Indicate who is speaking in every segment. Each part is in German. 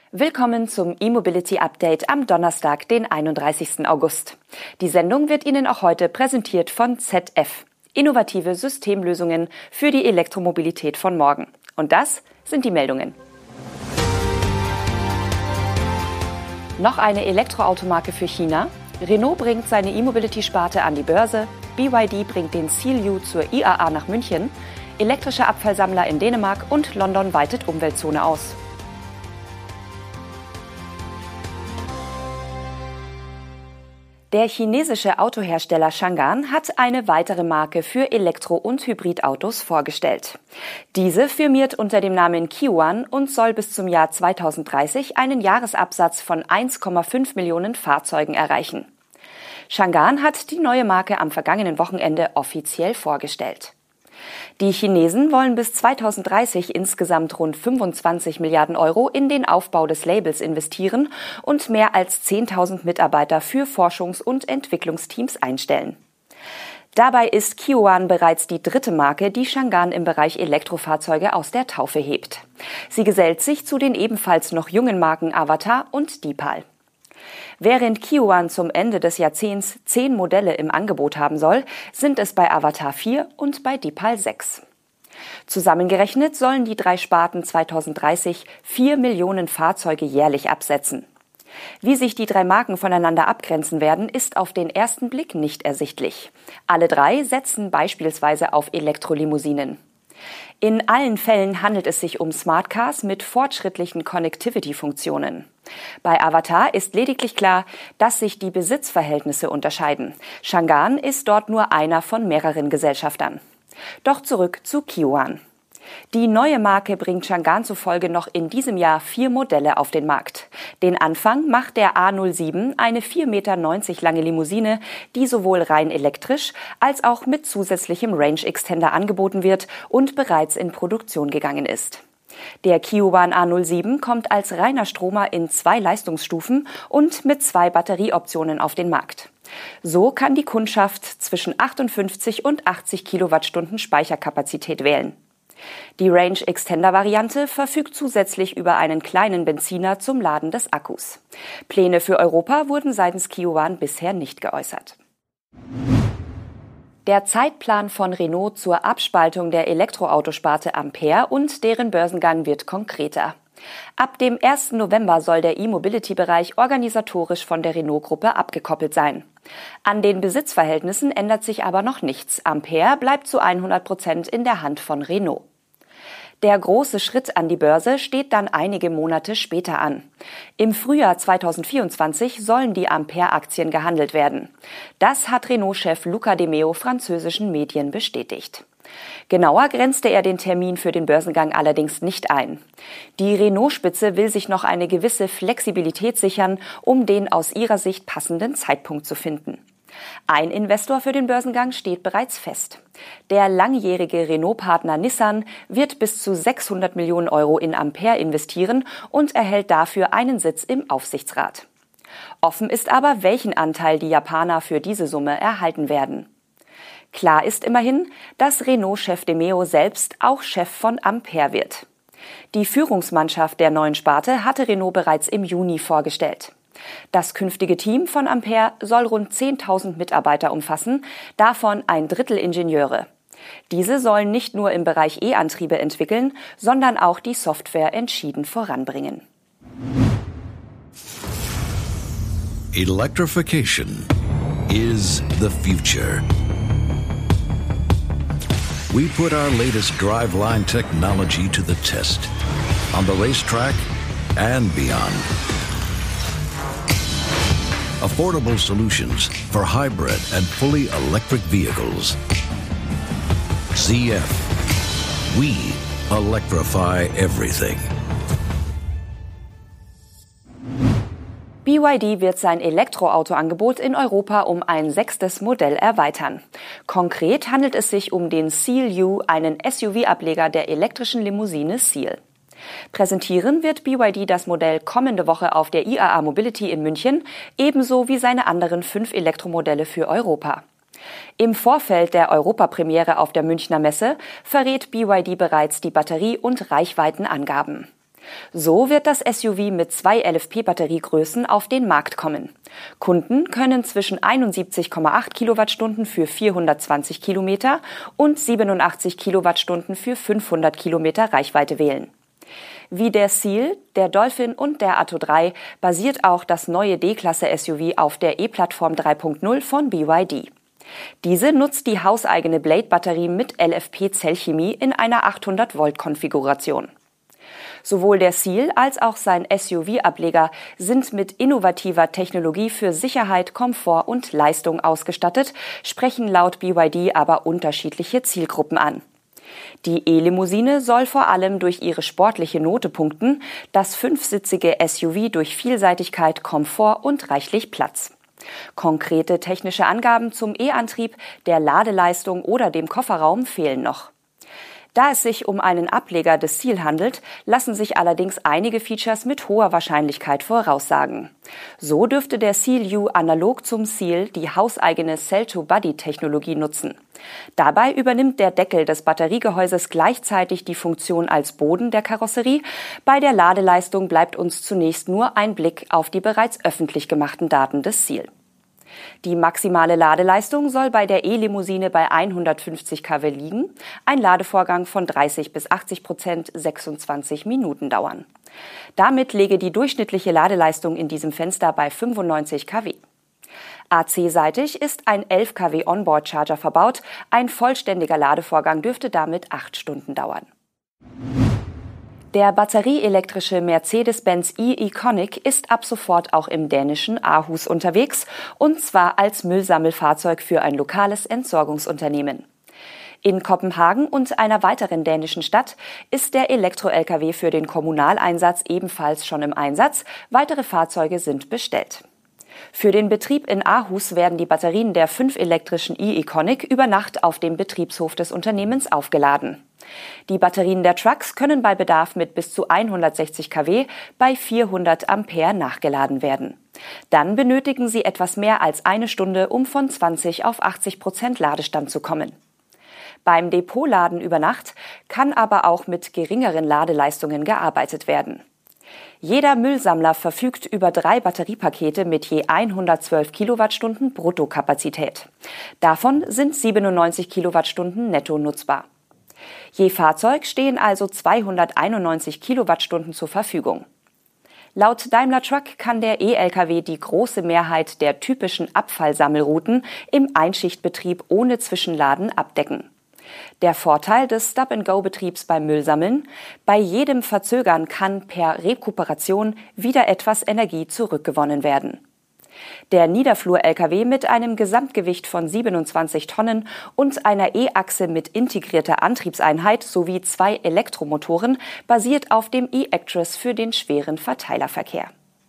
Speaker 1: Willkommen zum E-Mobility Update am Donnerstag, den 31. August. Die Sendung wird Ihnen auch heute präsentiert von ZF. Innovative Systemlösungen für die Elektromobilität von morgen. Und das sind die Meldungen. Noch eine Elektroautomarke für China. Renault bringt seine E-Mobility-Sparte an die Börse. BYD bringt den Seal U zur IAA nach München. Elektrische Abfallsammler in Dänemark und London weitet Umweltzone aus. Der chinesische Autohersteller Changan hat eine weitere Marke für Elektro- und Hybridautos vorgestellt. Diese firmiert unter dem Namen Qiuan und soll bis zum Jahr 2030 einen Jahresabsatz von 1,5 Millionen Fahrzeugen erreichen. Changan hat die neue Marke am vergangenen Wochenende offiziell vorgestellt. Die Chinesen wollen bis 2030 insgesamt rund 25 Milliarden Euro in den Aufbau des Labels investieren und mehr als 10.000 Mitarbeiter für Forschungs- und Entwicklungsteams einstellen. Dabei ist Qiuan bereits die dritte Marke, die Changan im Bereich Elektrofahrzeuge aus der Taufe hebt. Sie gesellt sich zu den ebenfalls noch jungen Marken Avatar und Deepal. Während Qiuan zum Ende des Jahrzehnts 10 Modelle im Angebot haben soll, sind es bei Avatar 4 und bei Deepal 6. Zusammengerechnet sollen die drei Sparten 2030 4 Millionen Fahrzeuge jährlich absetzen. Wie sich die drei Marken voneinander abgrenzen werden, ist auf den ersten Blick nicht ersichtlich. Alle drei setzen beispielsweise auf Elektrolimousinen. In allen Fällen handelt es sich um Smartcars mit fortschrittlichen Connectivity-Funktionen. Bei Avatar ist lediglich klar, dass sich die Besitzverhältnisse unterscheiden. Changan ist dort nur einer von mehreren Gesellschaftern. Doch zurück zu Qiuan. Die neue Marke bringt Changan zufolge noch in diesem Jahr 4 Modelle auf den Markt. Den Anfang macht der A07, eine 4,90 Meter lange Limousine, die sowohl rein elektrisch als auch mit zusätzlichem Range Extender angeboten wird und bereits in Produktion gegangen ist. Der Qiuan A07 kommt als reiner Stromer in 2 Leistungsstufen und mit 2 Batterieoptionen auf den Markt. So kann die Kundschaft zwischen 58 und 80 Kilowattstunden Speicherkapazität wählen. Die Range Extender Variante verfügt zusätzlich über einen kleinen Benziner zum Laden des Akkus. Pläne für Europa wurden seitens Qiuan bisher nicht geäußert. Der Zeitplan von Renault zur Abspaltung der Elektroautosparte Ampere und deren Börsengang wird konkreter. Ab dem 1. November soll der E-Mobility-Bereich organisatorisch von der Renault-Gruppe abgekoppelt sein. An den Besitzverhältnissen ändert sich aber noch nichts. Ampere bleibt zu 100% in der Hand von Renault. Der große Schritt an die Börse steht dann einige Monate später an. Im Frühjahr 2024 sollen die Ampere-Aktien gehandelt werden. Das hat Renault-Chef Luca de Meo französischen Medien bestätigt. Genauer grenzte er den Termin für den Börsengang allerdings nicht ein. Die Renault-Spitze will sich noch eine gewisse Flexibilität sichern, um den aus ihrer Sicht passenden Zeitpunkt zu finden. Ein Investor für den Börsengang steht bereits fest. Der langjährige Renault-Partner Nissan wird bis zu 600 Millionen Euro in Ampere investieren und erhält dafür einen Sitz im Aufsichtsrat. Offen ist aber, welchen Anteil die Japaner für diese Summe erhalten werden. Klar ist immerhin, dass Renault-Chef de Meo selbst auch Chef von Ampere wird. Die Führungsmannschaft der neuen Sparte hatte Renault bereits im Juni vorgestellt. Das künftige Team von Ampere soll rund 10.000 Mitarbeiter umfassen, davon ein Drittel Ingenieure. Diese sollen nicht nur im Bereich E-Antriebe entwickeln, sondern auch die Software entschieden voranbringen.
Speaker 2: Electrification is the future. We put our latest driveline technology to the test on the racetrack and beyond. Affordable solutions for hybrid and fully electric vehicles. ZF. We electrify everything.
Speaker 1: BYD wird sein Elektroautoangebot in Europa um ein 6. Modell erweitern. Konkret handelt es sich um den Seal U, einen SUV-Ableger der elektrischen Limousine Seal. Präsentieren wird BYD das Modell kommende Woche auf der IAA Mobility in München, ebenso wie seine anderen 5 Elektromodelle für Europa. Im Vorfeld der Europapremiere auf der Münchner Messe verrät BYD bereits die Batterie- und Reichweitenangaben. So wird das SUV mit 2 LFP-Batteriegrößen auf den Markt kommen. Kunden können zwischen 71,8 Kilowattstunden für 420 Kilometer und 87 Kilowattstunden für 500 Kilometer Reichweite wählen. Wie der Seal, der Dolphin und der Atto 3 basiert auch das neue D-Klasse-SUV auf der E-Plattform 3.0 von BYD. Diese nutzt die hauseigene Blade-Batterie mit LFP-Zellchemie in einer 800-Volt-Konfiguration. Sowohl der Seal als auch sein SUV-Ableger sind mit innovativer Technologie für Sicherheit, Komfort und Leistung ausgestattet, sprechen laut BYD aber unterschiedliche Zielgruppen an. Die E-Limousine soll vor allem durch ihre sportliche Note punkten, das 5-sitzige SUV durch Vielseitigkeit, Komfort und reichlich Platz. Konkrete technische Angaben zum E-Antrieb, der Ladeleistung oder dem Kofferraum fehlen noch. Da es sich um einen Ableger des Seal handelt, lassen sich allerdings einige Features mit hoher Wahrscheinlichkeit voraussagen. So dürfte der Seal U analog zum Seal die hauseigene Cell-to-Body-Technologie nutzen. Dabei übernimmt der Deckel des Batteriegehäuses gleichzeitig die Funktion als Boden der Karosserie. Bei der Ladeleistung bleibt uns zunächst nur ein Blick auf die bereits öffentlich gemachten Daten des Seal. Die maximale Ladeleistung soll bei der E-Limousine bei 150 kW liegen, ein Ladevorgang von 30 bis 80%, 26 Minuten dauern. Damit läge die durchschnittliche Ladeleistung in diesem Fenster bei 95 kW. AC-seitig ist ein 11 kW Onboard-Charger verbaut, ein vollständiger Ladevorgang dürfte damit 8 Stunden dauern. Der batterieelektrische Mercedes-Benz e-Iconic ist ab sofort auch im dänischen Aarhus unterwegs, und zwar als Müllsammelfahrzeug für ein lokales Entsorgungsunternehmen. In Kopenhagen und einer weiteren dänischen Stadt ist der Elektro-Lkw für den Kommunaleinsatz ebenfalls schon im Einsatz, weitere Fahrzeuge sind bestellt. Für den Betrieb in Aarhus werden die Batterien der 5 elektrischen e-Iconic über Nacht auf dem Betriebshof des Unternehmens aufgeladen. Die Batterien der Trucks können bei Bedarf mit bis zu 160 kW bei 400 Ampere nachgeladen werden. Dann benötigen sie etwas mehr als eine Stunde, um von 20 auf 80% Ladestand zu kommen. Beim Depotladen über Nacht kann aber auch mit geringeren Ladeleistungen gearbeitet werden. Jeder Müllsammler verfügt über 3 Batteriepakete mit je 112 Kilowattstunden Bruttokapazität. Davon sind 97 Kilowattstunden netto nutzbar. Je Fahrzeug stehen also 291 Kilowattstunden zur Verfügung. Laut Daimler Truck kann der E-Lkw die große Mehrheit der typischen Abfallsammelrouten im Einschichtbetrieb ohne Zwischenladen abdecken. Der Vorteil des Stop-and-Go-Betriebs beim Müllsammeln: Bei jedem Verzögern kann per Rekuperation wieder etwas Energie zurückgewonnen werden. Der Niederflur-Lkw mit einem Gesamtgewicht von 27 Tonnen und einer E-Achse mit integrierter Antriebseinheit sowie 2 Elektromotoren basiert auf dem e-Actros für den schweren Verteilerverkehr.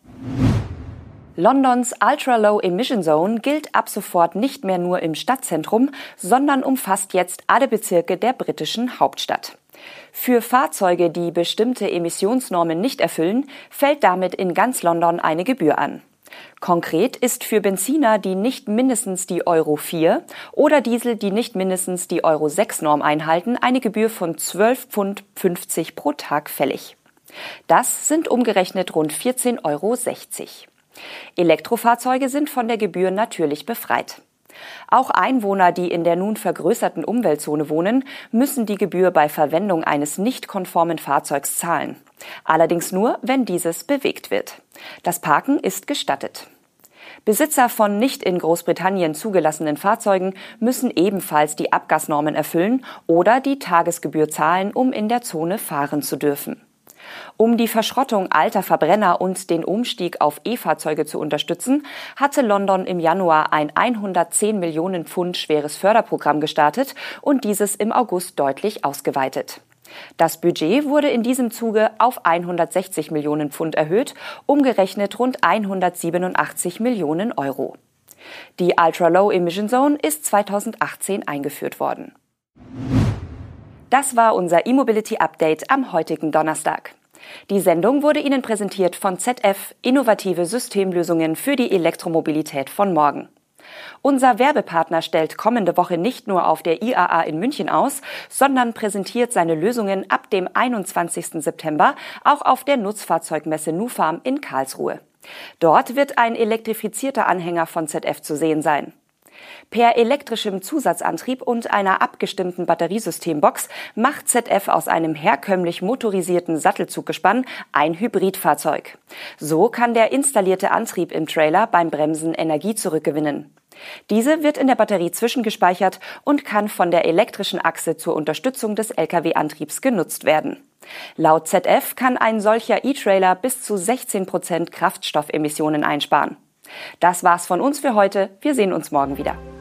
Speaker 1: Londons Ultra-Low Emission Zone gilt ab sofort nicht mehr nur im Stadtzentrum, sondern umfasst jetzt alle Bezirke der britischen Hauptstadt. Für Fahrzeuge, die bestimmte Emissionsnormen nicht erfüllen, fällt damit in ganz London eine Gebühr an. Konkret ist für Benziner, die nicht mindestens die Euro 4 oder Diesel, die nicht mindestens die Euro 6 Norm einhalten, eine Gebühr von 12,50 Pfund pro Tag fällig. Das sind umgerechnet rund 14,60 Euro. Elektrofahrzeuge sind von der Gebühr natürlich befreit. Auch Einwohner, die in der nun vergrößerten Umweltzone wohnen, müssen die Gebühr bei Verwendung eines nicht konformen Fahrzeugs zahlen. Allerdings nur, wenn dieses bewegt wird. Das Parken ist gestattet. Besitzer von nicht in Großbritannien zugelassenen Fahrzeugen müssen ebenfalls die Abgasnormen erfüllen oder die Tagesgebühr zahlen, um in der Zone fahren zu dürfen. Um die Verschrottung alter Verbrenner und den Umstieg auf E-Fahrzeuge zu unterstützen, hatte London im Januar ein 110 Millionen Pfund schweres Förderprogramm gestartet und dieses im August deutlich ausgeweitet. Das Budget wurde in diesem Zuge auf 160 Millionen Pfund erhöht, umgerechnet rund 187 Millionen Euro. Die Ultra-Low Emission Zone ist 2018 eingeführt worden. Das war unser E-Mobility-Update am heutigen Donnerstag. Die Sendung wurde Ihnen präsentiert von ZF, innovative Systemlösungen für die Elektromobilität von morgen. Unser Werbepartner stellt kommende Woche nicht nur auf der IAA in München aus, sondern präsentiert seine Lösungen ab dem 21. September auch auf der Nutzfahrzeugmesse Nufarm in Karlsruhe. Dort wird ein elektrifizierter Anhänger von ZF zu sehen sein. Per elektrischem Zusatzantrieb und einer abgestimmten Batteriesystembox macht ZF aus einem herkömmlich motorisierten Sattelzuggespann ein Hybridfahrzeug. So kann der installierte Antrieb im Trailer beim Bremsen Energie zurückgewinnen. Diese wird in der Batterie zwischengespeichert und kann von der elektrischen Achse zur Unterstützung des Lkw-Antriebs genutzt werden. Laut ZF kann ein solcher E-Trailer bis zu 16% Kraftstoffemissionen einsparen. Das war's von uns für heute. Wir sehen uns morgen wieder.